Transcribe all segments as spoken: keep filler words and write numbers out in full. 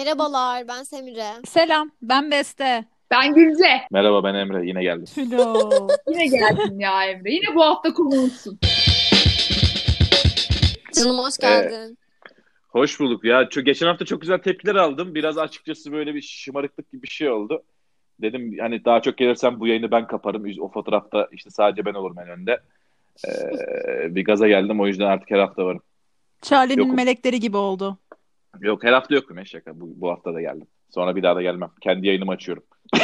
Merhabalar, ben Semire. Selam, ben Beste. Ben Gülce. Merhaba ben Emre yine geldim. Hello. Yine geldin ya Emre. Yine bu hafta konuğumuzsun. Canım hoş Ee, geldin. Hoş bulduk ya. Çok, geçen hafta çok güzel tepkiler aldım. Biraz açıkçası böyle bir şımarıklık gibi bir şey oldu. Dedim hani daha çok gelirsem bu yayını ben kaparım. O fotoğrafta işte sadece ben olurum en önde. Ee, bir gaza geldim o yüzden artık her hafta varım. Charlie'nin Yokum. melekleri gibi oldu. Yok her hafta yokum ya şaka. Bu, bu hafta da geldim. Sonra bir daha da gelmem. Kendi yayınımı açıyorum.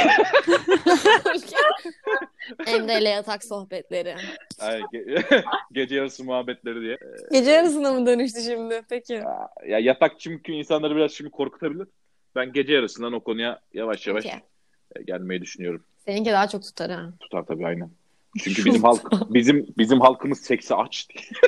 Emre ile yatak sohbetleri. Ay, ge- gece yarısı muhabbetleri diye. Gece yarısına mı dönüştü şimdi? Peki. Ya yatak çünkü insanları biraz şimdi korkutabilir. Ben gece yarısından o konuya yavaş yavaş Peki. e, gelmeyi düşünüyorum. Seninki daha çok tutar ha. Tutar tabii aynen. Çünkü bizim halk bizim bizim halkımız seksi aç.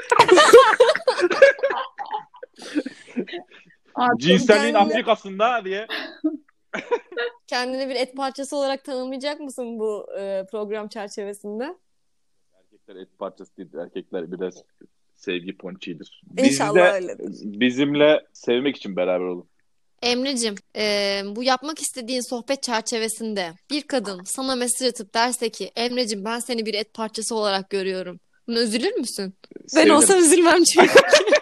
Artık Cinselliğin Kendini- Afrika'sında diye. Kendini bir et parçası olarak tanımlayacak mısın bu e, program çerçevesinde? Erkekler et parçası değil. Erkekler biraz sevgi ponçidir. Biz İnşallah de öyledir. bizimle sevmek için beraber olun. Emre'cim, e, bu yapmak istediğin sohbet çerçevesinde bir kadın sana mesaj atıp derse ki Emre'cim ben seni bir et parçası olarak görüyorum. Buna üzülür müsün? Ben Sevinirim. olsam üzülmem çünkü.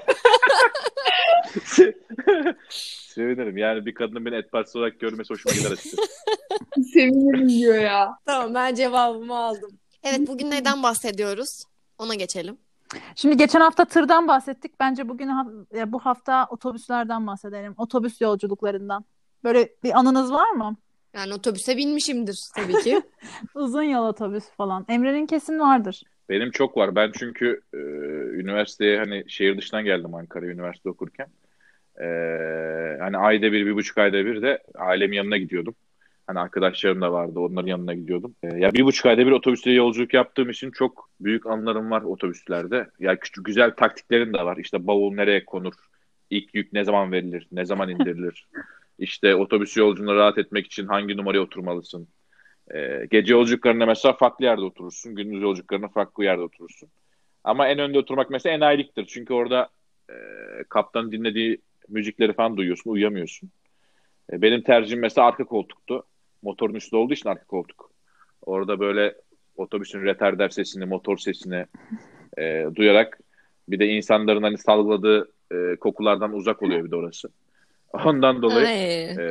Sevinirim. Yani bir kadının beni et parçası olarak görmesi hoşuma gider açıkçası. sevinirim diyor ya. Tamam, ben cevabımı aldım. Evet, bugün neden bahsediyoruz? Ona geçelim. Şimdi geçen hafta tırdan bahsettik. Bence bugün ha- ya bu hafta otobüslerden bahsedelim. Otobüs yolculuklarından. Böyle bir anınız var mı? Yani otobüse binmişimdir tabii ki. Uzun yol otobüs falan. Emre'nin kesin vardır. Benim çok var. Ben çünkü e, üniversiteye hani şehir dışından geldim Ankara'ya üniversite okurken. E, hani ayda bir, bir buçuk ayda bir de ailemin yanına gidiyordum. Hani arkadaşlarım da vardı. Onların yanına gidiyordum. E, ya bir buçuk ayda bir otobüste yolculuk yaptığım için çok büyük anılarım var otobüslerde. Ya küçük güzel taktiklerim de var. İşte bavul nereye konur? İlk yük ne zaman verilir? Ne zaman indirilir? İşte otobüs yolculuğuna rahat etmek için hangi numaraya oturmalısın? Ee, gece yolculuklarında mesela farklı yerde oturursun. Gündüz yolculuklarında farklı yerde oturursun. Ama en önde oturmak mesela enayiliktir. Çünkü orada e, kaptanın dinlediği müzikleri falan duyuyorsun, uyuyamıyorsun. E, benim tercihim mesela arka koltuktu. Motorun üstü olduğu için arka koltuk. Orada böyle otobüsün retarder sesini, motor sesini e, duyarak bir de insanların hani salgıladığı e, kokulardan uzak oluyor bir de orası. Ondan dolayı Ay, e,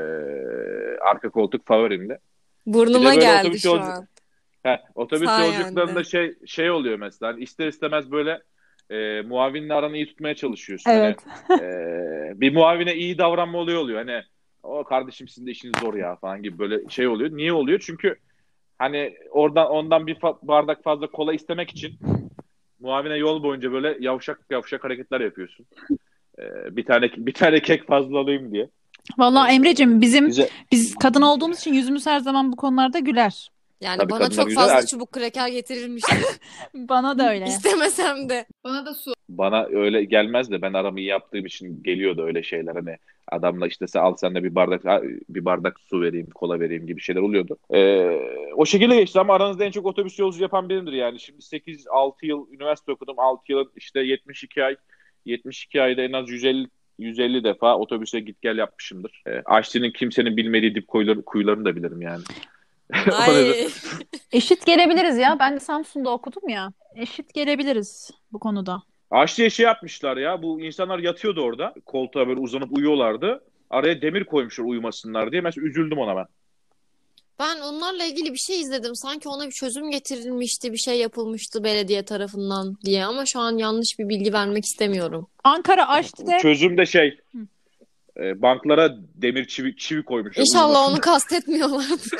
arka koltuk favorimdi. Bir de burnuma böyle geldi otobüs şu yolcu an. He, otobüs yolculuklarında Sayende. şey şey oluyor mesela hani ister istemez böyle e, muavinle aranı iyi tutmaya çalışıyorsun. Evet. Hani e, bir muavine iyi davranma oluyor oluyor. Hani o kardeşim sizin de işiniz zor ya falan gibi böyle şey oluyor. Niye oluyor? Çünkü hani oradan ondan bir fa- bardak fazla kola istemek için muavine yol boyunca böyle yavşak yavşak hareketler yapıyorsun. E, bir tane bir tane kek fazla alayım diye. Vallahi E, Emre'cim bizim güzel. biz kadın olduğumuz için yüzümüz her zaman bu konularda güler. Yani Tabii bana kadınlar çok güzel. fazla Er- çubuk kraker getirilmiştir. Bana da öyle. İstemesem de. Bana da su. Bana öyle gelmez de ben aramı iyi yaptığım için geliyordu öyle şeyler hani adamla işte sen al sen de bir bardak bir bardak su vereyim kola vereyim gibi şeyler oluyordu. Ee, o şekilde geçti ama aranızda en çok otobüs yolcu yapan benimdir yani. Şimdi sekiz altı yıl üniversite okudum. altı yıl işte yetmiş iki ay yetmiş iki ayda en az yüz elli yüz elli defa otobüse git gel yapmışımdır. Ee, Aşçının kimsenin bilmediği dip kuyuları, kuyularını da bilirim yani. O neden- Ay. Eşit gelebiliriz ya. Ben de Samsun'da okudum ya. Eşit gelebiliriz bu konuda. Aşçıya şey yapmışlar ya. Bu insanlar yatıyordu orada. Koltuğa böyle uzanıp uyuyorlardı. Araya demir koymuşlar uyumasınlar diye. Mesela üzüldüm ona ben. Ben onlarla ilgili bir şey izledim. Sanki ona bir çözüm getirilmişti, bir şey yapılmıştı belediye tarafından diye. Ama şu an yanlış bir bilgi vermek istemiyorum. Ankara Aşti'de Çözüm de şey Hı. e, banklara demir çivi, çivi koymuşlar İnşallah onu uyumasın. kastetmiyorlardır.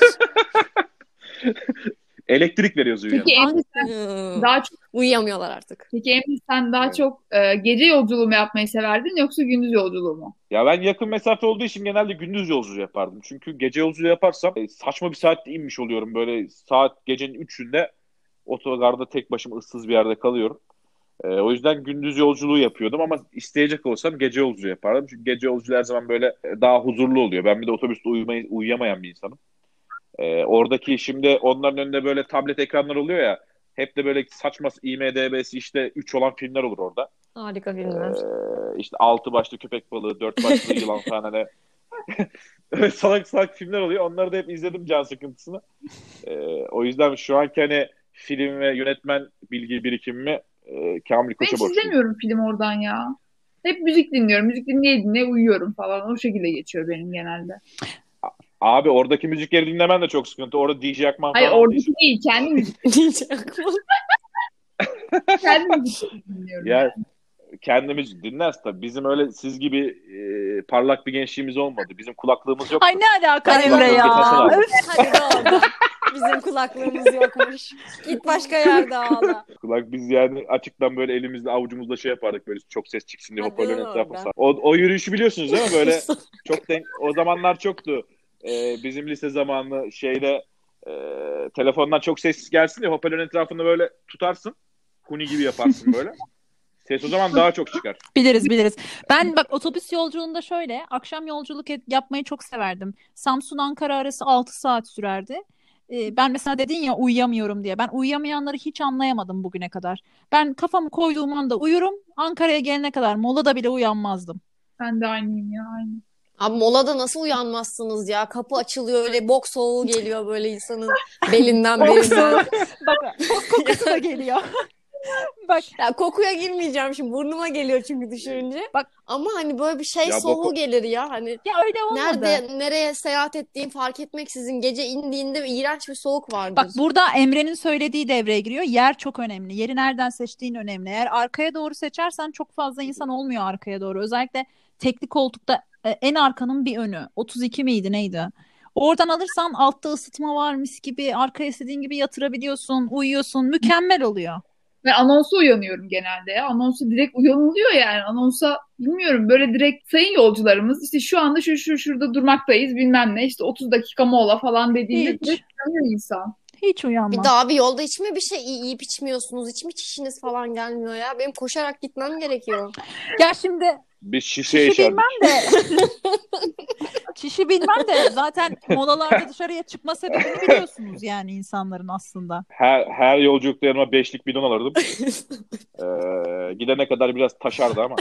Elektrik veriyoruz Peki uyuyana. Emre sen Hmm. daha çok Uyuyamıyorlar artık. Peki Emre sen daha Evet. çok e, gece yolculuğu mu yapmayı severdin yoksa gündüz yolculuğu mu? Ya ben yakın mesafe olduğu için genelde gündüz yolculuğu yapardım. Çünkü gece yolculuğu yaparsam e, saçma bir saatte inmiş oluyorum. Böyle saat gecenin üçünde otogarda tek başıma ıssız bir yerde kalıyorum. E, o yüzden gündüz yolculuğu yapıyordum ama isteyecek olsam gece yolculuğu yapardım. Çünkü gece yolculuğu her zaman böyle e, daha huzurlu oluyor. Ben bir de otobüste uyumayı, uyuyamayan bir insanım. E, oradaki şimdi onların önünde böyle tablet ekranlar oluyor ya. Hep de böyle saçma IMDb'si işte üç olan filmler olur orada. Harika E, filmler. işte altı başlı köpek balığı, dört başlı yılan falan hani öyle salak salak filmler oluyor. Onları da hep izledim can sıkıntısını. Ee, o yüzden şu anki hani film ve yönetmen bilgi birikimimi e, Kamil Ben Koç'a hiç borçluyum. izlemiyorum film oradan ya. Hep müzik dinliyorum. Müzik dinleye dinleye uyuyorum falan. O şekilde geçiyor benim genelde. Abi oradaki müzikleri dinlemen de çok sıkıntı. Orada D J Akman Hayır falan olduğu oradaki için. değil. Kendi müzik. Diyecek aklıma. Kendi müzik dinliyorum yani. Ya kendimiz dinleriz tabii. Bizim öyle siz gibi e, parlak bir gençliğimiz olmadı. Bizim kulaklığımız yoktu. Ay ne alaka Hadi Emre oradan. ya. Öf. Öf. Hadi de oradan. Bizim kulaklığımız yokmuş. Git başka yerde ağla. Kulak biz yani açıktan böyle elimizle avucumuzla şey yapardık böyle çok ses çıksın diye Hadi hoparlörün lan etrafına oradan. sar. O, o yürüyüşü biliyorsunuz değil mi? Böyle çok denk, o zamanlar çoktu. Ee, bizim lise zamanı şeyde e, telefondan çok ses gelsin diye hoparlörün etrafında böyle tutarsın. Huni gibi yaparsın böyle. Ses o zaman daha çok çıkar. Biliriz biliriz. Ben bak otobüs yolculuğunda şöyle akşam yolculuk et- yapmayı çok severdim. Samsun-Ankara arası altı saat sürerdi. Ee, ben mesela dedin ya uyuyamıyorum diye. Ben uyuyamayanları hiç anlayamadım bugüne kadar. Ben kafamı koyduğum anda uyurum. Ankara'ya gelene kadar molada bile uyanmazdım. Ben de aynıyım ya. Aynı. Abi molada nasıl uyanmazsınız ya? Kapı açılıyor öyle bok soğuğu geliyor böyle insanın belinden belinden. Bak kokusu da geliyor. Bak Ya kokuya girmeyeceğim şimdi burnuma geliyor çünkü düşününce. Bak. Ama hani böyle bir şey Ya soğuğu boku- gelir ya hani ya öyle olmadı. nerede nereye seyahat ettiğin fark etmeksizin gece indiğinde iğrenç bir soğuk vardır. Bak burada Emre'nin söylediği devreye giriyor. Yer çok önemli. Yeri nereden seçtiğin önemli. Eğer arkaya doğru seçersen çok fazla insan olmuyor arkaya doğru. Özellikle tekli koltukta e, en arkanın bir önü. otuz iki miydi neydi? Oradan alırsan altta ısıtma var mis gibi. Arkaya istediğin gibi yatırabiliyorsun, uyuyorsun. Mükemmel oluyor. Ve anonsa uyanıyorum genelde ya. Anonsa direkt uyanılıyor yani. Anonsa bilmiyorum böyle direkt sayın yolcularımız işte şu anda şu şu şurada durmaktayız bilmem ne işte otuz dakika mola falan dediğinde Hiç. direkt uyanıyor insan. Hiç uyanmam. Bir daha bir yolda hiç mi bir şey yiyip içmiyorsunuz? Hiç mi çişiniz falan gelmiyor ya? Benim koşarak gitmem gerekiyor. Ya şimdi Biz şişe çişi yaşardık. bilmem de çişi bilmem de zaten molalarda dışarıya çıkma sebebini biliyorsunuz yani insanların aslında. Her, her yolculukta yanıma beşlik bidon alırdım. Ee, gidene kadar biraz taşardı ama.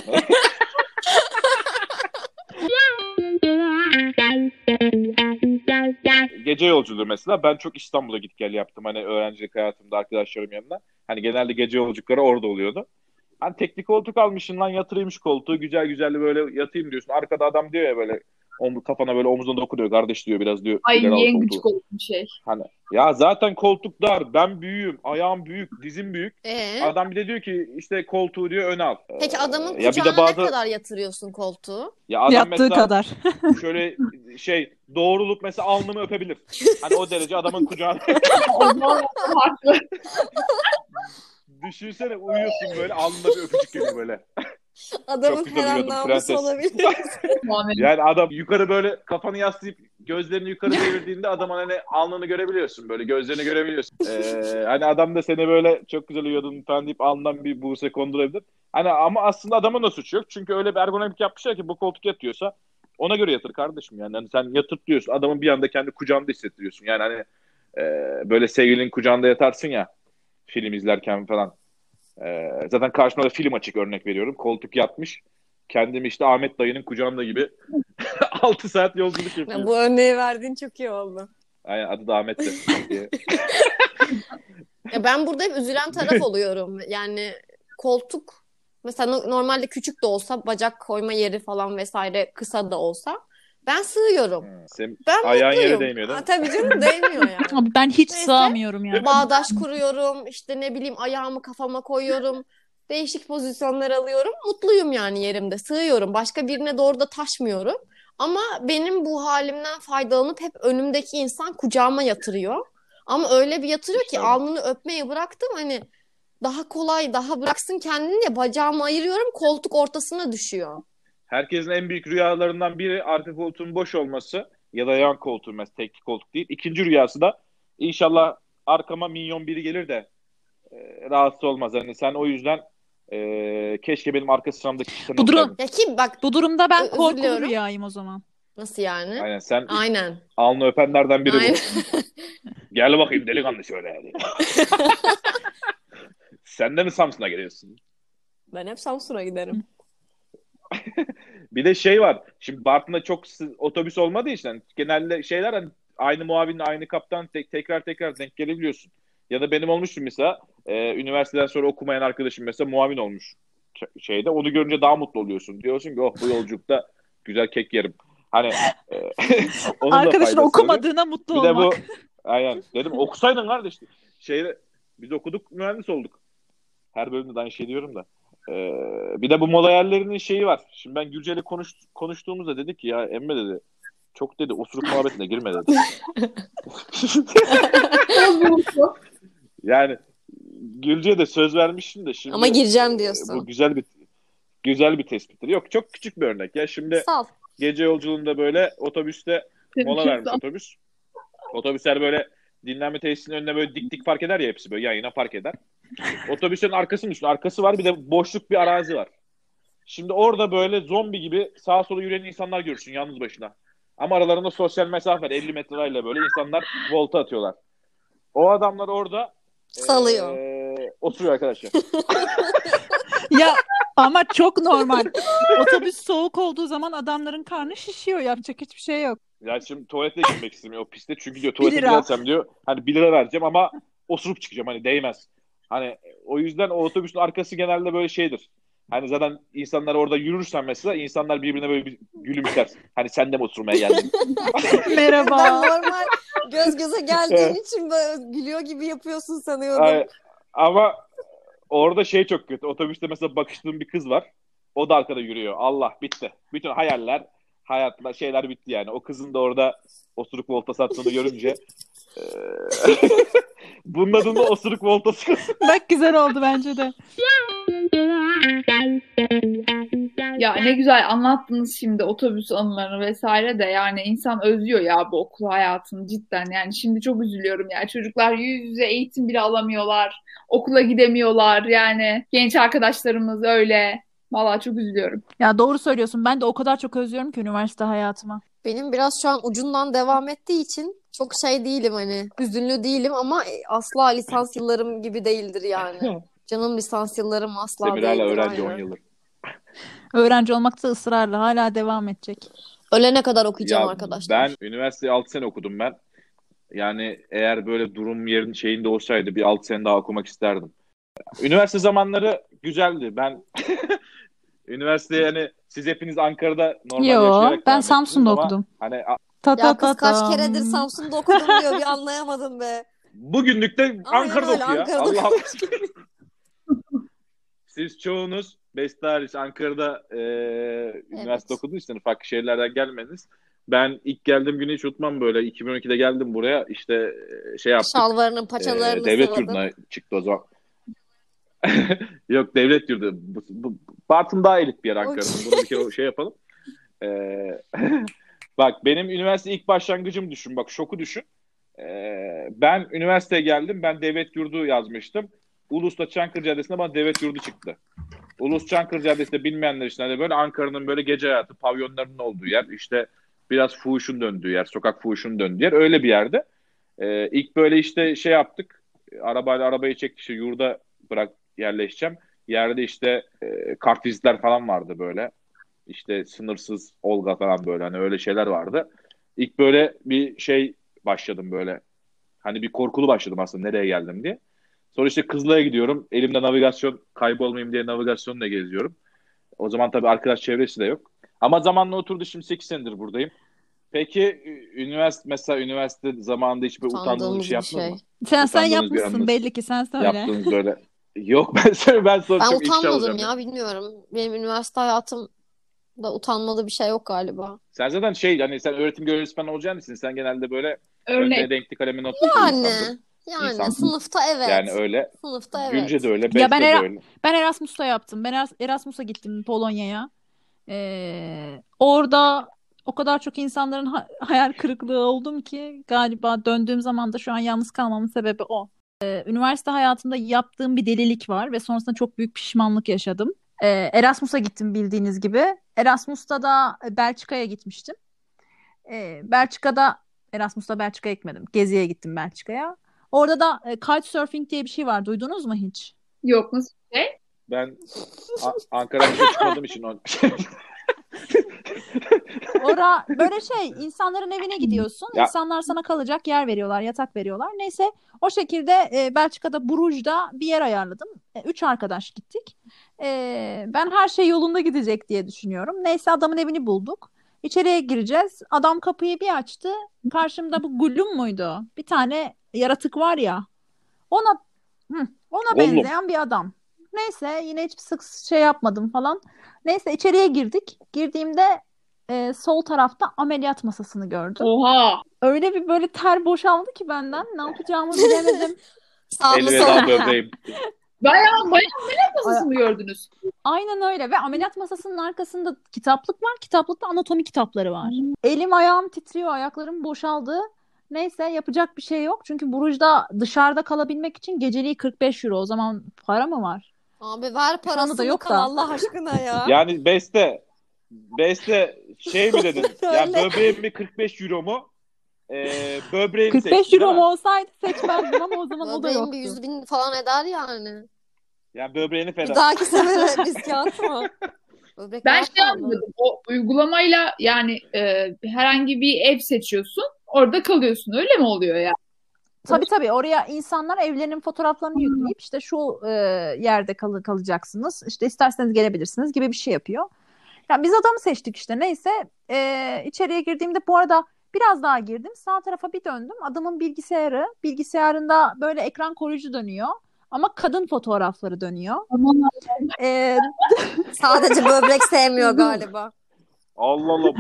Gece yolculuğu mesela ben çok İstanbul'a git gel yaptım hani öğrencilik hayatımda arkadaşlarım yanında. Hani genelde gece yolculukları orada oluyordu. Hani teknik koltuk almışsın lan yatırayım şu koltuğu güzel güzel böyle yatayım diyorsun. Arkada adam diyor ya böyle omuz, kafana böyle omuzuna dokunuyor kardeş diyor biraz diyor. Ay ileri al en koltuğu. gıcık olan bir şey. Hani ya zaten koltuk dar ben büyüğüm ayağım büyük dizim büyük. Ee? Adam bir de diyor ki işte koltuğu diyor öne al. Peki adamın Ee, ya bir kucağına de bazı ne kadar yatırıyorsun koltuğu? ya adam Yattığı mesela kadar. şöyle şey doğrulup mesela alnımı öpebilir. Hani o derece adamın kucağına. O zaman haklı. Düşünsene uyuyorsun böyle alnına bir öpücük geliyor böyle. Adamın Çok güzel her an uyuyordum, namusu prenses. olabilir. Muamele. Yani adam yukarı böyle kafanı yaslayıp gözlerini yukarı çevirdiğinde adamın hani alnını görebiliyorsun böyle gözlerini görebiliyorsun. Ee, hani adam da seni böyle çok güzel uyuyordun falan deyip alnından bir buğse kondurabilir. Hani ama aslında adamın da suçu yok. Çünkü öyle bir ergonomik yapmışlar ki bu koltuk yatıyorsa ona göre yatır kardeşim yani. Hani sen yatırt diyorsun adamın bir anda kendi kucağında hissettiriyorsun. Yani hani e, böyle sevgilinin kucağında yatarsın ya film izlerken falan. Ee, zaten karşımda da film açık örnek veriyorum. Koltuk yatmış. Kendimi işte Ahmet dayının kucağında gibi altı saat yolculuk yapıyorum. Bu örneği verdiğin çok iyi oldu. Aynen adı da Ahmet'ti. Ya ben burada hep üzülen taraf oluyorum. Yani koltuk mesela no- normalde küçük de olsa bacak koyma yeri falan vesaire kısa da olsa ben sığıyorum. Senin Ben ayağın yere mutluyum. değmiyor değil Ha, mi? tabii canım değmiyor yani. Ama ben hiç Neyse. sığamıyorum yani. Bağdaş kuruyorum, işte ne bileyim ayağımı kafama koyuyorum. Değişik pozisyonlar alıyorum. Mutluyum yani yerimde. Sığıyorum. Başka birine doğru da taşmıyorum. Ama benim bu halimden faydalanıp hep önümdeki insan kucağıma yatırıyor. Ama öyle bir yatırıyor İşte ki öyle. alnını öpmeyi bıraktım. Hani daha kolay, daha bıraksın kendini diye bacağımı ayırıyorum. Koltuk ortasına düşüyor. Herkesin en büyük rüyalarından biri arka koltuğun boş olması ya da yan koltuğun mesela tekli koltuk değil. İkinci rüyası da inşallah arkama minyon biri gelir de e, rahatsız olmaz. Yani sen o yüzden e, keşke benim arka sıramdaki kişiden Bu durum- olsaydın. Ya kim bak Bu durumda ben Ö- özür korkulu diliyorum. rüyayım o zaman. nasıl yani? Aynen sen Aynen. alnı öpenlerden biri Aynen. bu. Gel bakayım delikanlı şöyle yani. Sen de mi Samsun'a geliyorsun? Ben hep Samsun'a giderim. Bir de şey var. Şimdi Bartın'da çok sı- otobüs olmadığı için hani genelde şeyler hani aynı muavinle aynı kaptan tek, tekrar tekrar denk gelebiliyorsun. Ya da benim olmuştu mesela e, üniversiteden sonra okumayan arkadaşım mesela muavin olmuş ç- şeyde. Onu görünce daha mutlu oluyorsun. Diyorsun ki oh bu yolculukta güzel kek yerim. Hani e, onun da Arkadaşın faydası oluyor. okumadığına mutlu Bir de olmak. bu aynen dedim okusaydın kardeş. Şeyde biz okuduk mühendis olduk. Her bölümde de aynı şey diyorum da. Ee, bir de bu mola yerlerinin şeyi var. Şimdi ben Gülce'yle konuş, konuştuğumuzda dedi ki ya Emme dedi çok dedi osuruk muhabbetine girme dedi. Yani Gülce'ye de söz vermişim de şimdi Ama gireceğim e, bu diyorsun. güzel bir güzel bir tespittir. Yok çok küçük bir örnek ya. Şimdi Sal. gece yolculuğunda böyle otobüste mola vermiş otobüs. Otobüsler böyle dinlenme tesisinin önüne böyle dik dik park eder ya hepsi böyle yan yana park eder. Otobüsün arkasının üstünde arkası var bir de boşluk bir arazi var. Şimdi orada böyle zombi gibi sağa sola yürüyen insanlar görürsün yalnız başına. Ama aralarında sosyal mesafe var. elli metrayla böyle insanlar volta atıyorlar. O adamlar orada Salıyor. ee, oturuyor arkadaşlar. Ya ama çok normal. Otobüs soğuk olduğu zaman adamların karnı şişiyor. Yapacak hiçbir şey yok. Ya şimdi tuvalete gitmek istemiyor o piste. Çünkü diyor tuvalete Bir lira. gidersem diyor hani bir lira vereceğim ama osurup çıkacağım hani değmez. Hani o yüzden o otobüsün arkası genelde böyle şeydir. Hani zaten insanlar orada yürürsen mesela insanlar birbirine böyle bir gülümser. Hani sen de mi oturmaya geldin? Ben Merhaba. normal göz göze geldiğin için böyle gülüyor gibi yapıyorsun sanıyordum. Ay, ama orada şey çok kötü. Otobüste mesela bakıştığım bir kız var. O da arkada yürüyor. Allah bitti. Bütün hayaller, hayatlar, şeyler bitti yani. O kızın da orada osuruk voltası attığını görünce eee, bunun adında osuruk voltası. Bak güzel oldu bence de. Ya ne güzel anlattınız şimdi otobüs anılarını vesaire de yani insan özlüyor ya bu okul hayatını cidden yani şimdi çok üzülüyorum yani çocuklar yüz yüze eğitim bile alamıyorlar, okula gidemiyorlar yani genç arkadaşlarımız öyle. Vallahi çok üzülüyorum. Ya doğru söylüyorsun. Ben de o kadar çok özlüyorum ki üniversite hayatıma. Benim biraz şu an ucundan devam ettiği için çok şey değilim hani hüzünlü değilim ama asla lisans yıllarım gibi değildir yani. Canım lisans yıllarım asla Demir hala değildir. öğrenci on Aynen. yıldır. Öğrenci olmakta ısrarla hala devam edecek. Ölene kadar okuyacağım Ya arkadaşlar. ben üniversiteyi altı sene okudum ben. Yani eğer böyle durum yerin şeyinde olsaydı bir altı sene daha okumak isterdim. Üniversite zamanları güzeldi. Ben üniversiteye hani siz hepiniz Ankara'da normal Yo, yaşayarak ben devam ettiniz Samsun'da ama okudum. hani a- Ta ta Ya kız ta kaç tam. keredir Samsun'da okudum diyor bir anlayamadım be. bugünlük de Aynen Ankara'da öyle oku ya. Ankara'da Allah okumuş gibi. siz çoğunuz Beste hariç Ankara'da e, üniversite Evet. okudunuz için farklı şehirlerden gelmediniz. Ben ilk geldiğim günü hiç unutmam böyle. iki bin on ikide geldim buraya işte e, şey yaptık. Şalvarının E, paçalarını devlet sıvadın. yurduna çıktı o zaman. Yok devlet yurdu. Bu, bu, Bartın daha elit bir yer Ankara'nın. Bunu bir kere şey yapalım. Ee, bak benim üniversite ilk başlangıcım düşün. Bak şoku düşün. Ee, ben üniversiteye geldim. Ben devlet yurdu yazmıştım. Ulus'ta Çankırı Caddesi'nde bana devlet yurdu çıktı. Ulus Çankırı Caddesi'nde bilmeyenler için hani böyle Ankara'nın böyle gece hayatı, pavyonlarının olduğu yer. İşte biraz fuhuşun döndüğü yer, sokak fuhuşun döndüğü yer. Öyle bir yerde. Ee, ilk böyle işte şey yaptık. Arabayla arabayı çektik işte yurda bırak yerleşeceğim. Yerde işte e, kartvizitler falan vardı böyle. İşte sınırsız Olga falan böyle hani öyle şeyler vardı. İlk böyle bir şey başladım böyle. Hani bir korkulu başladım aslında nereye geldim diye. Sonra işte Kızılay'a gidiyorum. Elimde navigasyon kaybolmayayım diye navigasyonla geziyorum. O zaman tabii arkadaş çevresi de yok. Ama zamanla oturdu şimdi sekiz senedir buradayım. Peki ü- üniversite mesela üniversite zamanında hiç böyle utandığınız bir Utandığımız şey bir yaptınız şey. mı? Sen sen Utandığınız bir yapmışsın anınız, belli ki sen söyle. yaptığınız böyle. Yok ben söyle ben Ben soracağım ifşa utanmadım alacağım ya. ya bilmiyorum. Benim üniversite hayatımda utanmalı bir şey yok galiba. Sen zaten şey hani sen öğretim görevlisi falan olacağın için sen genelde böyle önüne Örnek. renkli kalemi not tutan Yani insandın. yani İnsansın. sınıfta evet. Yani öyle. Sınıfta Gülce evet. de öyle, Ya ben Beste de Era- öyle. ben Erasmus'ta yaptım. Ben Eras- Erasmus'a gittim Polonya'ya. Ee, orada o kadar çok insanların ha- hayal kırıklığı oldum ki galiba döndüğüm zaman da şu an yalnız kalmamın sebebi o. Ee, üniversite hayatımda yaptığım bir delilik var ve sonrasında çok büyük pişmanlık yaşadım. Ee, Erasmus'a gittim bildiğiniz gibi. Erasmus'ta da Belçika'ya gitmiştim. Ee, Belçika'da Erasmus'ta Belçika'ya gitmedim. Geziye gittim Belçika'ya. Orada da e, Couchsurfing diye bir şey var. Duydunuz mu hiç? Yok nasıl bir şey? Ben A- Ankara'ya dışarı çıkmadığım için o- Ora böyle şey, insanların evine gidiyorsun. Ya İnsanlar sana kalacak yer veriyorlar, yatak veriyorlar. Neyse, o şekilde e, Belçika'da Bruges'da bir yer ayarladım. E, üç arkadaş gittik. E, ben her şey yolunda gidecek diye düşünüyorum. Neyse, adamın evini bulduk. İçeriye gireceğiz. Adam kapıyı bir açtı. Karşımda bu Gollum muydu? Bir tane yaratık var ya. Ona hı, ona Gollum. benzeyen bir adam. Neyse, yine hiçbir sık şey yapmadım falan. Neyse, içeriye girdik. Girdiğimde e, sol tarafta ameliyat masasını gördüm. Oha. Öyle bir böyle ter boşaldı ki benden. Ne yapacağımı bilemedim. Sağ mı elveda sol? böbreğim. Bayağı bayağı ameliyat masası mı gördünüz? Aynen öyle ve ameliyat masasının arkasında kitaplık var. Kitaplıkta anatomi kitapları var. Elim ayağım titriyor, ayaklarım boşaldı. Neyse, yapacak bir şey yok. Çünkü Bruges'da dışarıda kalabilmek için geceliği kırk beş euro. O zaman para mı var? Abi ver Şu anda da parasını yok kal da. Allah aşkına ya. Yani Beste Beste şey mi dedin? Ya Öyle. böbreğim mi kırk beş euro mu? Ee, böbreğini kırk seçtin beş değil euro mi? mu olsaydı seçmezdim ama o zaman o da Böbreğim yoktu. bir yüz bin falan eder yani. Yani böbreğini Bir feda. dahaki sefere riskiyat mı? Böbrek Ben daha şey pahalı. anladım. O uygulamayla yani e, herhangi bir ev seçiyorsun. Orada kalıyorsun. Öyle mi oluyor ya? Tabii tabii, oraya insanlar evlerinin fotoğraflarını yükleyip işte şu e, yerde kal kalacaksınız. İşte isterseniz gelebilirsiniz gibi bir şey yapıyor. Yani biz adamı seçtik işte, neyse. E, içeriye girdiğimde bu arada biraz daha girdim. Sağ tarafa bir döndüm. Adamın bilgisayarı, bilgisayarında böyle ekran koruyucu dönüyor. Ama kadın fotoğrafları dönüyor. Aman E, Sadece böbrek sevmiyor galiba. Allah Allah.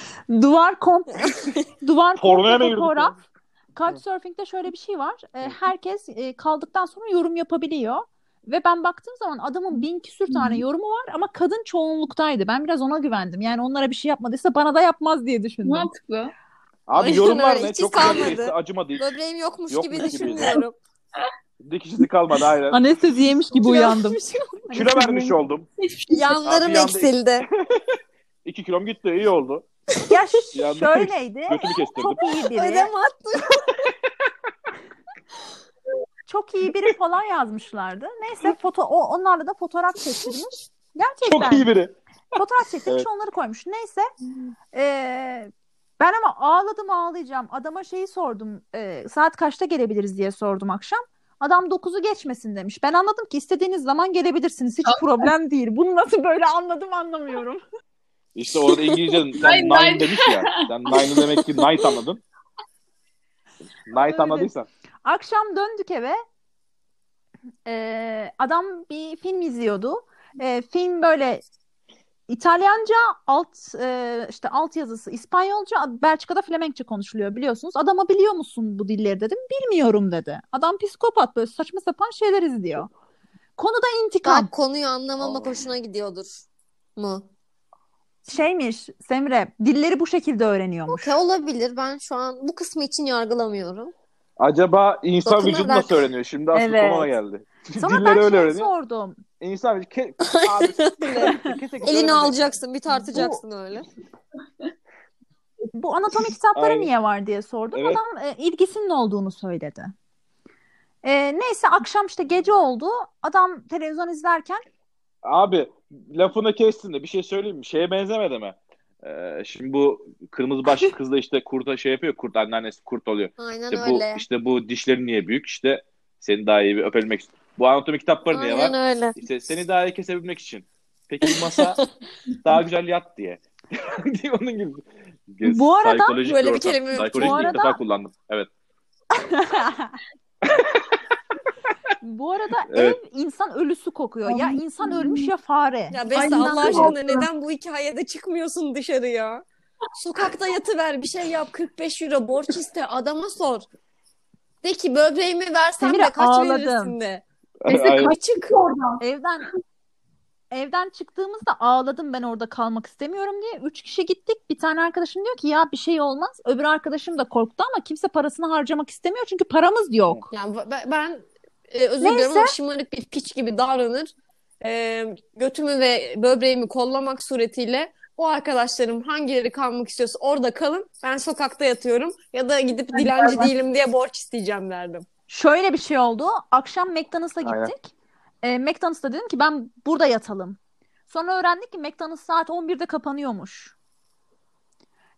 duvar kom duvar Pornoya komple mı girdik fotoğraf. ya? Couchsurfing'de şöyle bir şey var. E, herkes e, kaldıktan sonra yorum yapabiliyor. Ve ben baktığım zaman adamın bin küsür tane yorumu var ama kadın çoğunluktaydı. Ben biraz ona güvendim. Yani onlara bir şey yapmadıysa bana da yapmaz diye düşündüm. mantıklı. Abi Aynen yorumlar öyle. ne? Hiç Çok kalmadı. güzel değilse acımadı hiç. Böbreğim yokmuş, Yokmuş gibi gibiydi. düşünmüyorum. Dikişisi kalmadı aynen. Anestezi yemiş gibi uyandım. Kilo vermiş oldum. Hiçbir şey. Yanlarım Abi yandı. eksildi. iki kilom gitti iyi oldu. Ya Bir anda şöyleydi. Götümü kestirdim. Çok iyi biri. Ödem attı. Çok iyi biri falan yazmışlardı. Neyse, foto o, onlarla da fotoğraf çektirmiş. Gerçekten. Çok iyi biri. Fotoğraf çektirmiş, Evet. onları koymuş. Neyse. Ee, ben ama ağladım ağlayacağım. Adama şeyi sordum. e, saat kaçta gelebiliriz diye sordum akşam. Adam dokuzu geçmesin demiş. Ben anladım ki istediğiniz zaman gelebilirsiniz. Hiç problem değil. Bunu nasıl böyle anladım anlamıyorum. İşte orada İngilizce sen Nine, nine nine. demiş ya. Sen nine'ı demek ki night anladın. Night Öyle. anladıysan. Akşam döndük eve. Ee, adam bir film izliyordu. Ee, film böyle İtalyanca, alt e, işte alt yazısı İspanyolca, Belçika'da Flemenkçe konuşuluyor biliyorsunuz. Adama biliyor musun bu dilleri dedim. Bilmiyorum dedi. Adam psikopat, böyle saçma sapan şeyler izliyor. Konu da intikam. Bak, konuyu anlamamak hoşuna gidiyordur mu? Şeymiş Semre, dilleri bu şekilde öğreniyormuş. Okey, olabilir. Ben şu an bu kısmı için yargılamıyorum. Acaba insan Dokunarak. vücudu nasıl öğreniyor? Şimdi asıl Evet. konu ona geldi. Sonra Dilleri ben öyle şey öğreniyor. sordum. İnsan vücudu ke- abi kese kese Elini öğrenecek. alacaksın, bir tartacaksın öyle. Bu anatomi kitapları Aynen. niye var diye sordum. Evet. Adam e, ilgisinin olduğunu söyledi. E, neyse, akşam işte gece oldu. Adam televizyon izlerken Abi lafını kestin de bir şey söyleyeyim mi? Şeye benzemedi mi? Ee, şimdi bu kırmızı başlı kız da işte kurta şey yapıyor. Kurt anneannesi kurt oluyor. Aynen İşte bu öyle. işte bu dişlerin niye büyük? İşte seni daha iyi bir öpebilmek için. Bu anatomi kitapları niye var? Aynen öyle. İşte seni daha iyi kesebilmek için. Peki bu masa daha güzel yat diye. Onun gibi. Bu arada Psikolojik böyle bir ortam. kelime yok. Psikolojik Bu ilk arada- defa kullandım. Evet. Bu arada Evet. ev insan ölüsü kokuyor. Ya insan ölmüş ya fare. Ya Beste, Aynen Allah öyle. aşkına neden bu hikayede çıkmıyorsun dışarıya? Sokakta yatıver, bir şey yap, kırk beş euro borç iste, adama sor. De ki böbreğimi versem Semire, de kaç ağladım. verirsin de. Aynen. Bir çık. Oradan. Evden evden çıktığımızda ağladım, ben orada kalmak istemiyorum diye. Üç kişi gittik. Bir tane arkadaşım diyor ki ya bir şey olmaz. Öbür arkadaşım da korktu ama kimse parasını harcamak istemiyor çünkü paramız yok. Yani ben, ben e, özür Neyse. dilerim ama şımarık bir piç gibi davranır. E, götümü ve böbreğimi kollamak suretiyle o arkadaşlarım hangileri kalmak istiyorsa orada kalın. Ben sokakta yatıyorum ya da gidip dilenci değilim diye borç isteyeceğim derdim. Şöyle bir şey oldu. Akşam McDonald's'a Aynen. gittik. E, McDonald's'ta dedim ki ben burada yatalım. Sonra öğrendik ki McDonald's saat on birde kapanıyormuş.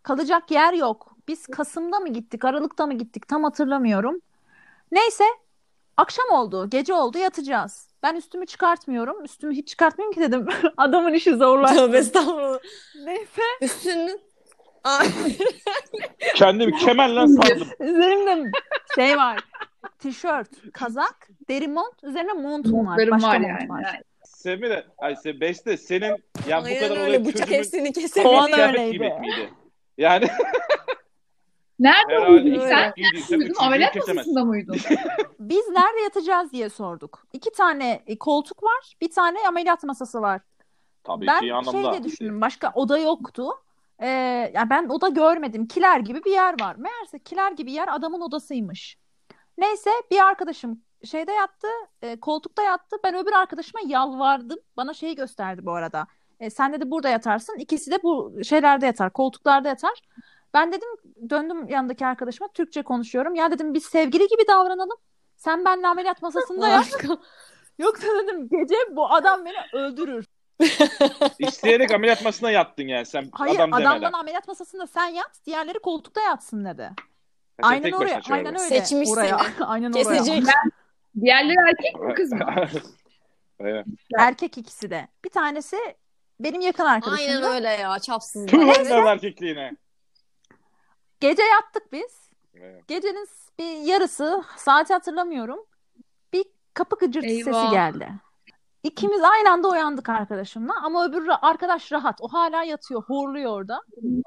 Kalacak yer yok. Biz Kasım'da mı gittik, Aralık'ta mı gittik tam hatırlamıyorum. Neyse akşam oldu, gece oldu yatacağız. Ben üstümü çıkartmıyorum. Üstümü hiç çıkartmayayım ki dedim. Adamın işi Tövbe zorlaştı. estağfurullah. Neyse Üstünü... Ay. Kendimi kemerle sardım. üzerimde şey var. Tişört, kazak, deri mont. Üzerine montum var. Montlarım Başka var mont yani. var. Yani. Semire, ay se Beste senin yani bu Aynen kadar öyle. olayı Bıçak çözümün hepsini O an kesebilir. kıyafet öyleydi. giymek miydi? Yani Nerede herhalde uyudun iki Öyle. sen? saat giydiysen Uyudun, üçüncüyü ameliyat kesemezsin. masasında mı uyudun? Biz nerede yatacağız diye sorduk. İki tane e, koltuk var, bir tane ameliyat masası var. Tabii Ben ki şey yanımda. diye düşündüm, başka oda yoktu. Ee, ya ben oda görmedim. Kiler gibi bir yer var. Meğerse kiler gibi yer adamın odasıymış. Neyse bir arkadaşım şeyde yattı, e, koltukta yattı. Ben öbür arkadaşıma yalvardım. Bana şeyi gösterdi bu arada. E, sen dedi burada yatarsın. İkisi de bu şeylerde yatar, koltuklarda yatar. Ben dedim, döndüm yanındaki arkadaşıma, Türkçe konuşuyorum. Ya dedim biz sevgili gibi davranalım. Sen benimle ameliyat masasında yat. Harika. Yoksa dedim gece bu adam beni öldürür. İsteyerek ameliyat masasına yattın yani sen Hayır, adam adam demeden. bana ameliyat masasında sen yat, diğerleri koltukta yatsın dedi. Ha, sen Aynen tek oraya, başına aynen çağırdın. öyle. Seçmiş Oraya, seni. aynen oraya. Kesecek. Diğerleri erkek mi kız mı? Evet. Erkek ikisi de. Bir tanesi benim yakın Aynen arkadaşımdı. öyle ya. Çapsızlar. Tüh Evet. onların erkekliğine. Gece yattık biz. Evet. Gecenin bir yarısı, saati hatırlamıyorum. Bir kapı gıcırtı sesi Eyvah. geldi. İkimiz aynı anda uyandık arkadaşımla ama öbür ra- arkadaş rahat. O hala yatıyor, horluyor orada.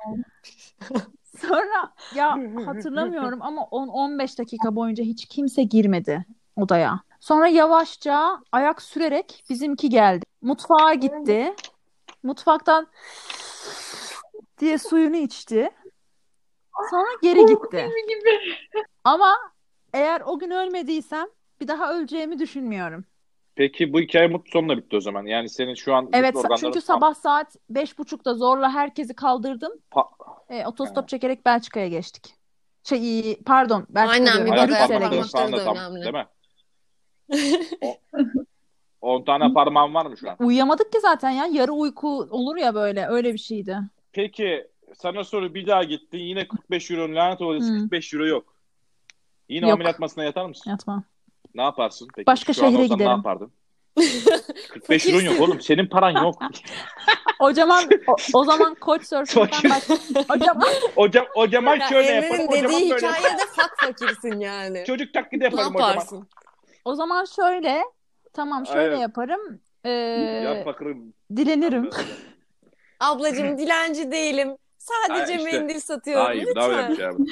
Sonra ya hatırlamıyorum ama on on beş dakika boyunca hiç kimse girmedi odaya. Sonra yavaşça ayak sürerek bizimki geldi. Mutfağa gitti. Mutfaktan diye suyunu içti. Sonra geri gitti. Gibi. Ama eğer o gün ölmediysem bir daha öleceğimi düşünmüyorum. Peki bu hikaye mutlu sonla bitti o zaman. Yani senin şu an Evet, bütün sa- organların çünkü sabah saat beş buçukta zorla herkesi kaldırdım. Pa- E, otostop çekerek Belçika'ya geçtik. Şey, pardon, Belçika Aynen, diyorum. bir ayak bagaj Brüksel'e parmakları geçtik. parmakları falan da da tam önemli. değil mi? on tane parmağın var mı şu an? Uyuyamadık ki zaten ya. Yarı uyku olur ya böyle. Öyle bir şeydi. Peki sana soru bir daha gittin. Yine kırk beş euro lanet olası Hmm. kırk beş euro yok. Yine Yok. ameliyat masasına yatar mısın? Yatma. Ne yaparsın? Peki Başka şu an şehre olsan giderim. ne yapardın? kırk beş euro yok oğlum. Senin paran yok. O zaman o, o zaman Couchsurfing'den Fakir. baş... O zaman O, cam, o zaman Ya şöyle yaparım. Emre'nin O zaman dediği böyle yaparım. hikayede fak fakirsin yani. Çocuk taklidi Ne yaparım o zaman. yaparsın? o zaman şöyle tamam şöyle Evet. yaparım. Ee, Yap bakalım. dilenirim. Ablacığım dilenci değilim. Sadece Ay, işte. mendil satıyorum. Hayır, daha öyle bir Lütfen. şey yapalım.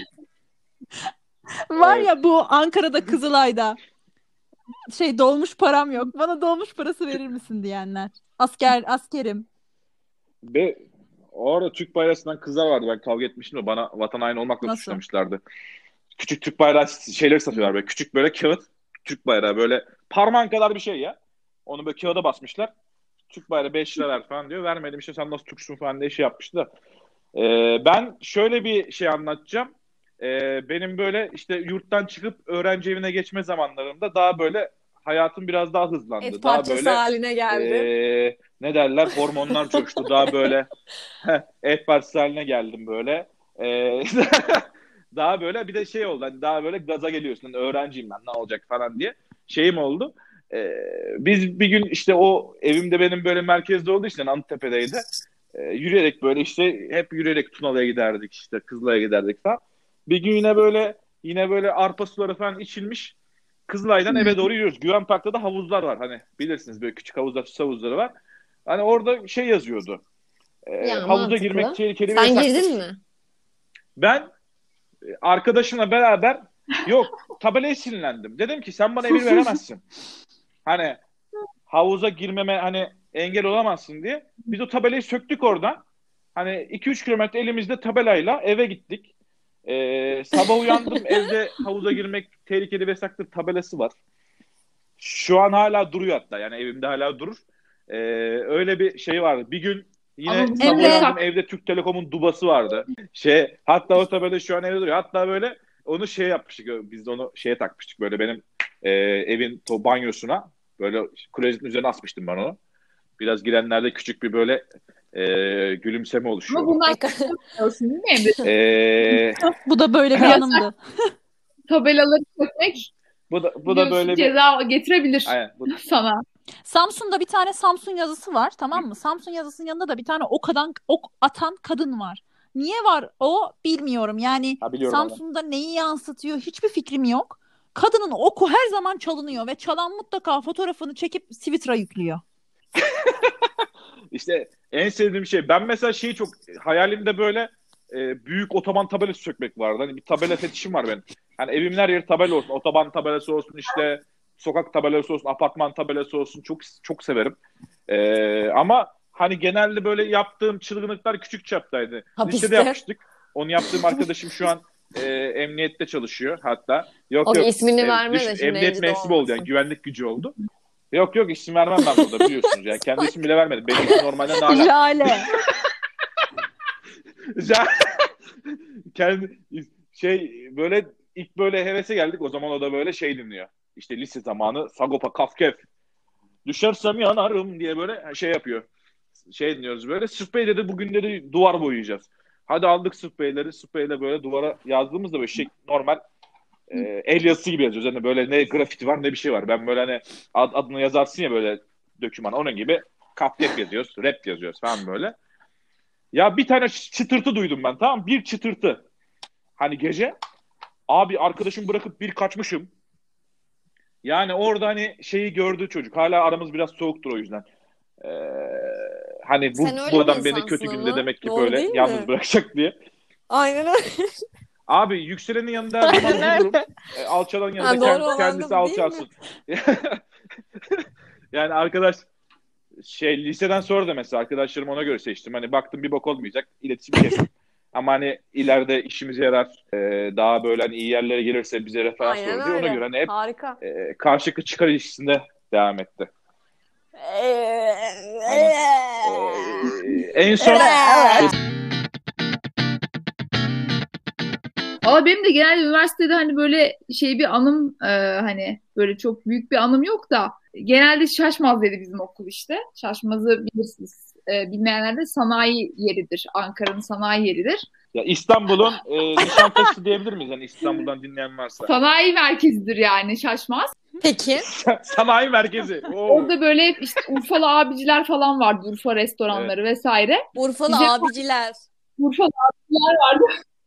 Var Evet. ya bu Ankara'da Kızılay'da şey dolmuş param yok. Bana dolmuş parası verir misin diyenler. Asker askerim. Ve orada Türk bayrağından kızlar vardı. Ben kavga etmiştim de bana vatan haini olmakla Nasıl? suçlamışlardı. Küçük Türk bayrağı şeyleri satıyorlar böyle. Küçük böyle kağıt. Türk bayrağı böyle parmağın kadar bir şey ya. Onu böyle kağıda basmışlar. Türk bayrağı beş lira ver falan diyor. Vermedim işte sen nasıl Türksün falan diye şey yapmıştı da. Ee, ben şöyle bir şey anlatacağım. Ee, benim böyle işte yurttan çıkıp öğrenci evine geçme zamanlarımda daha böyle hayatım biraz daha hızlandı. Et Daha parçası böyle haline geldi. ee, ne derler hormonlar coştu. Daha böyle et parçası haline geldim böyle. Ee, daha böyle bir de şey oldu. Hani daha böyle gaza geliyorsun. Hani öğrenciyim ben ne olacak falan diye. Şeyim oldu. Ee, biz bir gün işte o evimde benim böyle merkezde olduğu için Anıttepe'deydi. Ee, yürüyerek böyle işte hep yürüyerek Tunalı'ya giderdik işte Kızılay'a giderdik falan. Bir gün yine böyle yine böyle arpa suları falan içilmiş. Kızılay'dan eve doğru yürüyoruz. Güven Park'ta da havuzlar var. Hani bilirsiniz böyle küçük havuzlar, su havuzları var. Hani orada şey yazıyordu. Ee, Ya, havuza mantıklı. girmek tehlikeli ve Sen yasaktır. girdin mi? Ben e, arkadaşımla beraber yok tabelaya sinirlendim. Dedim ki sen bana emir veremezsin. Hani havuza girmeme hani engel olamazsın diye. Biz o tabelayı söktük oradan. Hani iki üç kilometre elimizde tabelayla eve gittik. Ee, sabah uyandım evde havuza girmek tehlikeli ve yasaktır tabelası var. Şu an hala duruyor hatta. Yani evimde hala durur. Ee, öyle bir şey vardı. Bir gün yine Ama bu sabah Emre- uyandım evde Türk Telekom'un dubası vardı. Şey hatta o tabela şu an evde duruyor. Hatta böyle onu şey yapmıştık. Biz de onu şeye takmıştık böyle benim e, evin to banyosuna. Böyle klozetin üzerine asmıştım ben onu. Biraz girenlerde küçük bir böyle e, gülümseme Ama oluşuyordu. bundan konuşmuyorsun değil mi Emre? E, Bu da böyle bir anımdı. Tabelaları sökmek bu da bu da biliyorsun böyle bir ceza getirebilir aynen, bu, sana. Samsun'da bir tane Samsun yazısı var, tamam mı? Samsun yazısının yanında da bir tane ok atan, ok atan kadın var. Niye var o bilmiyorum. Yani ha, biliyorum onu. Samsun'da neyi yansıtıyor hiçbir fikrim yok. Kadının oku her zaman çalınıyor ve çalan mutlaka fotoğrafını çekip Twitter'a yüklüyor. İşte en sevdiğim şey. Ben mesela şeyi çok hayalimde böyle e, büyük otoban tabelası sökmek vardı. Hani bir tabela fetişim var benim. Hani evimin her yeri tabela olsun. Otoban tabelası olsun, işte sokak tabelası olsun, apartman tabelası olsun. Çok çok severim. E, ama hani genelde böyle yaptığım çılgınlıklar küçük çaptaydı. Hapiste. Lisede yapmıştık. Onu yaptığım arkadaşım şu an e, emniyette çalışıyor hatta. Yok O yok. ismini E, verme düş- de şimdi emniyet rencide mensubu oldu yani. olmasın. Güvenlik gücü oldu. Yok yok, isim vermem ben burada, biliyorsunuz yani. Kendi ismi bile vermedim. Benim ismim normalde Nalan. Jale. Kendi şey böyle ilk böyle hevese geldik. O zaman o da böyle şey dinliyor. İşte lise zamanı Sagopa Kafkef. Düşersem yanarım diye böyle şey yapıyor. Şey dinliyoruz böyle. Sprey dedi, bugün dedi duvar boyayacağız. Hadi aldık spreyleri. Spreyle böyle duvara yazdığımızda böyle şey normal e, el yazısı gibi yazıyoruz. Yani böyle ne grafiti var ne bir şey var. Ben böyle hani ad, adını yazarsın ya böyle döküman. Onun gibi Kafkef yazıyoruz. Rap yazıyoruz falan böyle. Ya bir tane çıtırtı duydum ben, tamam, bir çıtırtı. Hani gece abi arkadaşım bırakıp bir kaçmışım. Yani orada hani şeyi gördü çocuk. Hala aramız biraz soğuktur o yüzden. Ee, hani bu, Sen öyle bu bir adam beni insansın kötü günde ama. demek ki Doğru böyle değil yalnız mi? bırakacak diye. Aynen öyle. Abi yükselenin yanında her zaman Aynen dururum. E, alçalan yanında Ha, doğru kend- olan kendisi da bu değil mi? alçalsın. Yani arkadaş şey liseden sonra da mesela arkadaşlarımı ona göre seçtim. Hani baktım bir bok olmayacak, iletişim kestim. Ama hani ileride işimize yarar, e, daha böyle hani iyi yerlere gelirse bize referans Aynen olur diye. Ona öyle. göre hani hep Harika. e, karşılıklı çıkar ilişkisinde devam etti. Aynen. E, en son Valla benim de genelde üniversitede hani böyle şey bir anım e, hani böyle çok büyük bir anım yok da genelde Şaşmaz dedi bizim okul işte. Şaşmaz'ı bilirsiniz. E, bilmeyenler de sanayi yeridir. Ankara'nın sanayi yeridir. ya İstanbul'un e, Nişantaşı diyebilir miyiz? Hani İstanbul'dan dinleyen varsa. Sanayi merkezidir yani Şaşmaz. Peki. Sanayi merkezi. Oo. Orada böyle işte Urfalı abiciler falan vardı. Urfa restoranları vesaire. Urfalı Bize- abiciler. Urfalı abiciler vardı.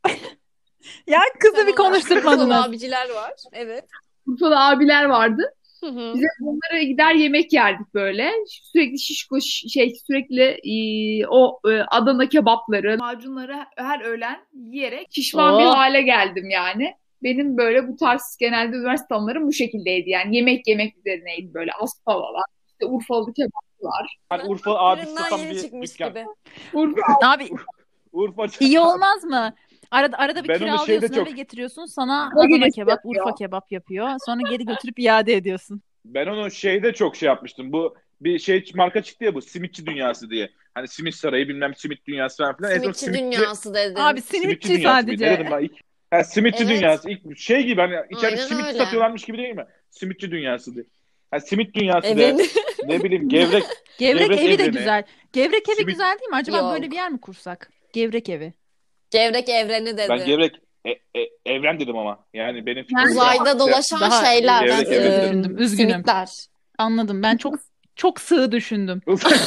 Ya kızı Sen bir onlar- Urfalı konuşturmadınız. abiciler var. Evet. Urfalı abiler vardı. Hı hı. Bize onlara gider yemek yerdik böyle. Sürekli şişko ş- şey sürekli e, o e, Adana kebapları, macunları her öğlen yiyerek şişman bir Oh. hale geldim yani. Benim böyle bu tarz genelde üniversite anılarım bu şekildeydi yani. Yemek yemek üzerineydi böyle aspavalar, işte Urfalı kebaplar. Hani Urfa abi Fırından satan yeni bir çıkmış dükkan. gibi. Urfa Abi Urfa iyi olmaz mı? Arada arada bir Ben onu şeyde kiralıyorsun, çok- öyle getiriyorsun. Sana Urfa Adana gecesi kebap, yapıyor. Urfa kebap yapıyor. Sonra geri götürüp iade ediyorsun. Ben onu şeyde çok şey yapmıştım. Bu bir şey marka çıktı ya, bu simitçi dünyası diye. Hani simit sarayı bilmem simit dünyası falan filan. En son Simitçi simitçi, dünyası dedin. Abi simitçi simitçi dünyası mıydı? Ne sadece. dedim ben ilk? Ha, simitçi Evet. dünyası. İlk şey gibi hani içeride Aynen simit öyle. satıyorlarmış gibi değil mi? Simitçi dünyası diye. Ha, simit dünyası de Evet. ne bileyim gevrek. Gevrek, Gevrek evi de evreni. güzel. Gevrek evi Simit- güzel değil mi? Acaba Yok. böyle bir yer mi kursak? Gevrek evi. Gevrek evreni dedi. Ben gevrek e, e, evren dedim ama. Yani benim fikrim. Uzayda dolaşan Daha şeyler. gevrek e, evreni düşündüm. Üzgünüm. Simitler. Anladım. Ben çok çok sığ düşündüm.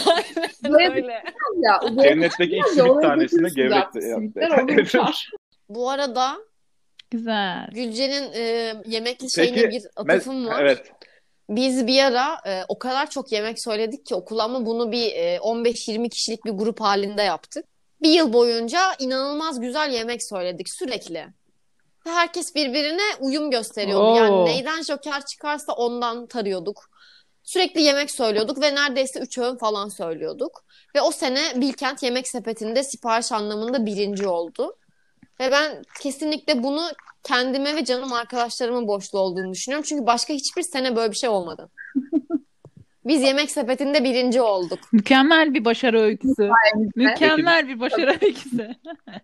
Öyle. ya. uzaya Cennetteki ilk Ya, simit oraya tanesine götürürsün gevrek zaten. de Simitler yaptı. orada uçar. Bu arada Güzel. Gülce'nin e, yemekli Peki, şeyine bir atıfım Me- var. Evet. Biz bir ara e, o kadar çok yemek söyledik ki okul, ama bunu bir e, on beş yirmi kişilik bir grup halinde yaptık. Bir yıl boyunca inanılmaz güzel yemek söyledik sürekli. Ve herkes birbirine uyum gösteriyordu. Oo. Yani neyden joker çıkarsa ondan tarıyorduk. Sürekli yemek söylüyorduk ve neredeyse üç öğün falan söylüyorduk. Ve o sene Bilkent Yemek Sepeti'nde sipariş anlamında birinci oldu. Ve ben kesinlikle bunu kendime ve canım arkadaşlarıma borçlu olduğunu düşünüyorum. Çünkü başka hiçbir sene böyle bir şey olmadı. Biz Yemek Sepeti'nde birinci olduk. Mükemmel bir başarı öyküsü. Mükemmel bir başarı öyküsü.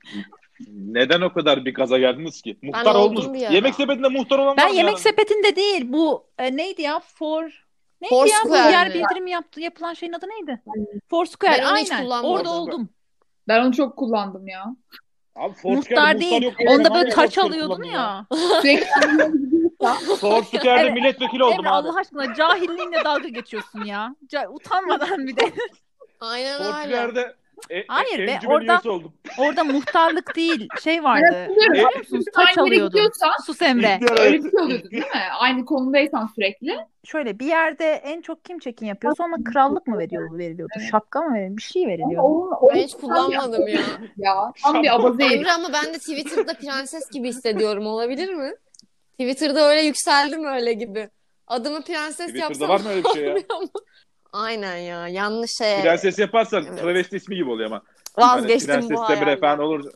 Neden o kadar bir gaza geldiniz ki? Muhtar oldum oldunuz. bir ara. Yemek sepetinde muhtar olan var Ben mı yemek ya? sepetinde değil. Bu e, neydi ya? For Neydi ya bu Foursquare yer mi? bildirimi yaptı, yapılan şeyin adı neydi? Foursquare, Ben onu hiç aynen. kullanmadım. Orada oldum. Ben onu çok kullandım ya. Abi Foursquare, Muhtar değil. yok. Onda Ben böyle hala taç Foursquare alıyordun kullanıyorum ya. Sürekli Foursquare'de Evet. milletvekili oldum Emre abi. Allah aşkına cahilliğinle dalga geçiyorsun ya. Ca- utanmadan bir de. Aynen öyle. Foursquare'de e, Hayır e, be, encümen orada- üyesi oldum. Orada muhtarlık değil şey vardı. hatırlıyorum. Hatırlıyor musunuz? Taç Aynı yere alıyordun. gidiyorsan Sus Emre. İhtiyar- öyle bir şey oluyordu değil mi? Aynı konumdaysan sürekli. Şöyle bir yerde en çok kim çekim yapıyorsa ona krallık mı veriyordu, veriliyordu? Evet. Şapka mı veriliyordu? Bir şey Ama veriliyordu. onun, onun Ben hiç kullanmadım ya. ya. Tam bir abaze herif. Emre ama ben de Twitter'da prenses gibi hissediyorum. Olabilir mi? Twitter'da öyle yükseldim öyle gibi. Adımı prenses Twitter'da yapsam var mı öyle bir şey ya? olmuyor mu? Aynen ya. Yanlış şey. Prenses yaparsan Evet. travesti ismi gibi oluyor ama. Vazgeçtim hani bu Prenses Demir hayalden. falan olur.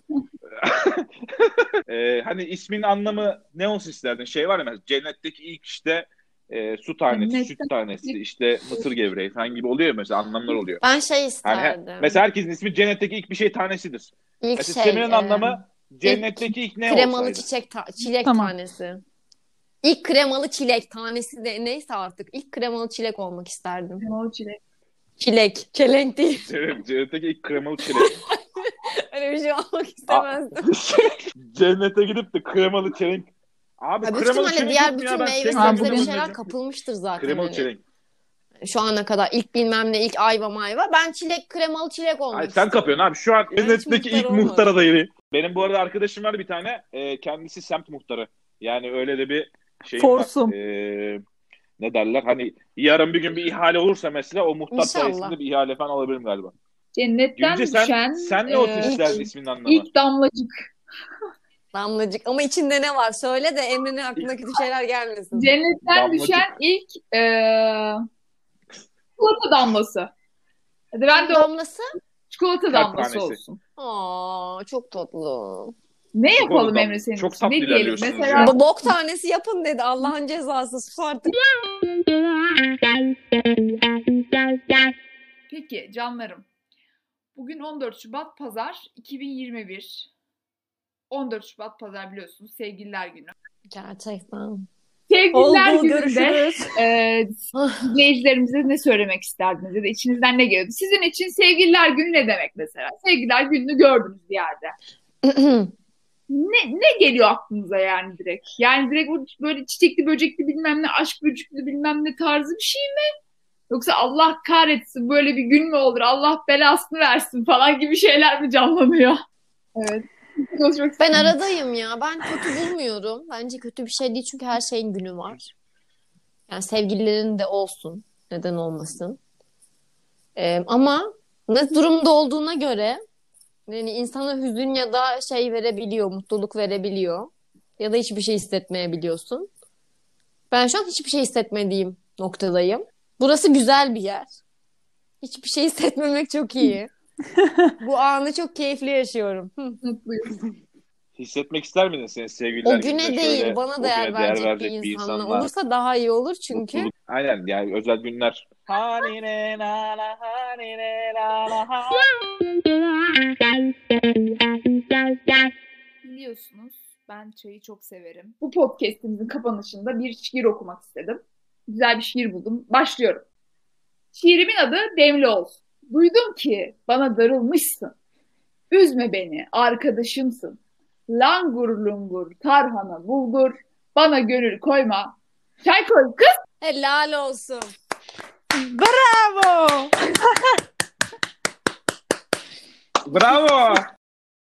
Ee, hani ismin anlamı ne olsun isterdin? Şey var ya mesela cennetteki ilk işte e, su tanesi, Cennetten süt tanesi, işte mısır gevreği falan gibi oluyor ya mesela anlamlar oluyor. Ben şey Hani he- isterdim. mesela herkesin ismi cennetteki ilk bir şey tanesidir. İlk Mesela şey Semin'in e, anlamı cennetteki ilk ne kremalı olsaydı? çiçek ta- çilek Tamam. tanesi. İlk kremalı çilek tanesi de neyse artık. İlk kremalı çilek olmak isterdim. O çilek. Çilek. Çelenk değil. Cennet- Cennetteki ilk kremalı çilek. Öyle bir şey olmak istemezdim. Cennete gidip de kremalı çelenk. Abi Ya büyük kremalı ihtimalle çelenk diğer yok mu ya? bütün Ben meyve çelenk Ha, sebze bir bugün- şeyler kapılmıştır zaten. Kremalı hani. çelenk. Şu ana kadar ilk bilmem ne ilk ayva mayva. Ben çilek kremalı çilek olmak Ay, sen istiyorum. kapıyorsun abi. Şu an Ben hiç cennetteki muhtar ilk olmadım. muhtar adayı. Benim bu arada arkadaşım var bir tane. E, kendisi semt muhtarı. Yani öyle de bir şeyim Forsum. var. E, ne derler? Hani yarın bir gün bir ihale olursa mesela o muhtar İnşallah. sayesinde bir ihale falan alabilirim galiba. Cennetten Gülce sen, düşen sen ne e, olsun isterdin isminin anlamı? ilk damlacık. Damlacık. Ama içinde ne var? Söyle de Emre'nin aklına kötü şeyler gelmesin. Cennetten Damlacık. düşen ilk e, çikolata damlası. Hadi ben de o Damlası? çikolata Kalp damlası tanesi. olsun. Aa, çok tatlı. Ne yapalım Çikolata Emre senin çok için? tatlı Ne diyelim? ilerliyorsunuz Mesela ya. Bu bok tanesi yapın dedi. Allah'ın cezası. Sus artık. peki canlarım. Bugün on dört Şubat Pazar iki bin yirmi bir. on dört Şubat Pazar biliyorsunuz Sevgililer Günü. Gerçekten. Sevgililer Oldu, Günü'nde görüşürüz. e, izleyicilerimize ne söylemek isterdiniz ya da içinizden ne geliyordu? Sizin için Sevgililer Günü ne demek mesela? Sevgililer Günü'nü gördünüz bir yerde. Ne, ne geliyor aklınıza yani direkt? Yani direkt bu böyle çiçekli böcekli bilmem ne aşk böcekli bilmem ne tarzı bir şey mi? Yoksa Allah kahretsin böyle bir gün mü olur? Allah belasını versin falan gibi şeyler mi canlanıyor? Evet. Konuşmak Ben istedim. aradayım ya. Ben kötü bulmuyorum. Bence kötü bir şey değil çünkü her şeyin günü var. Yani sevgililerin de olsun. Neden olmasın. Ee, ama ne durumda olduğuna göre yani insana hüzün ya da şey verebiliyor, mutluluk verebiliyor. Ya da hiçbir şey hissetmeyebiliyorsun. Ben şu an hiçbir şey hissetmediğim noktadayım. Burası güzel bir yer. Hiçbir şey hissetmemek çok iyi. Bu anı çok keyifli yaşıyorum. Hı. Mutluyum. Hissetmek ister miydin senin sevgililer O güne gününde değil, şöyle bana o değer güne verecek, değer bir verecek bir insanla insanla olursa daha iyi olur çünkü. mutluluk. Aynen yani özel günler. Hanine nana, hanine nana, ha. Biliyorsunuz ben çayı çok severim. Bu podcastimizin kapanışında bir şiir okumak istedim. Güzel bir şiir buldum. Başlıyorum. Şiirimin adı Demli olsun. Duydum ki bana darılmışsın. Üzme beni, arkadaşımsın. Langur lungur, tarhana bulgur. Bana gönül koyma. Çay koy kız. Helal olsun. Bravo. Bravo.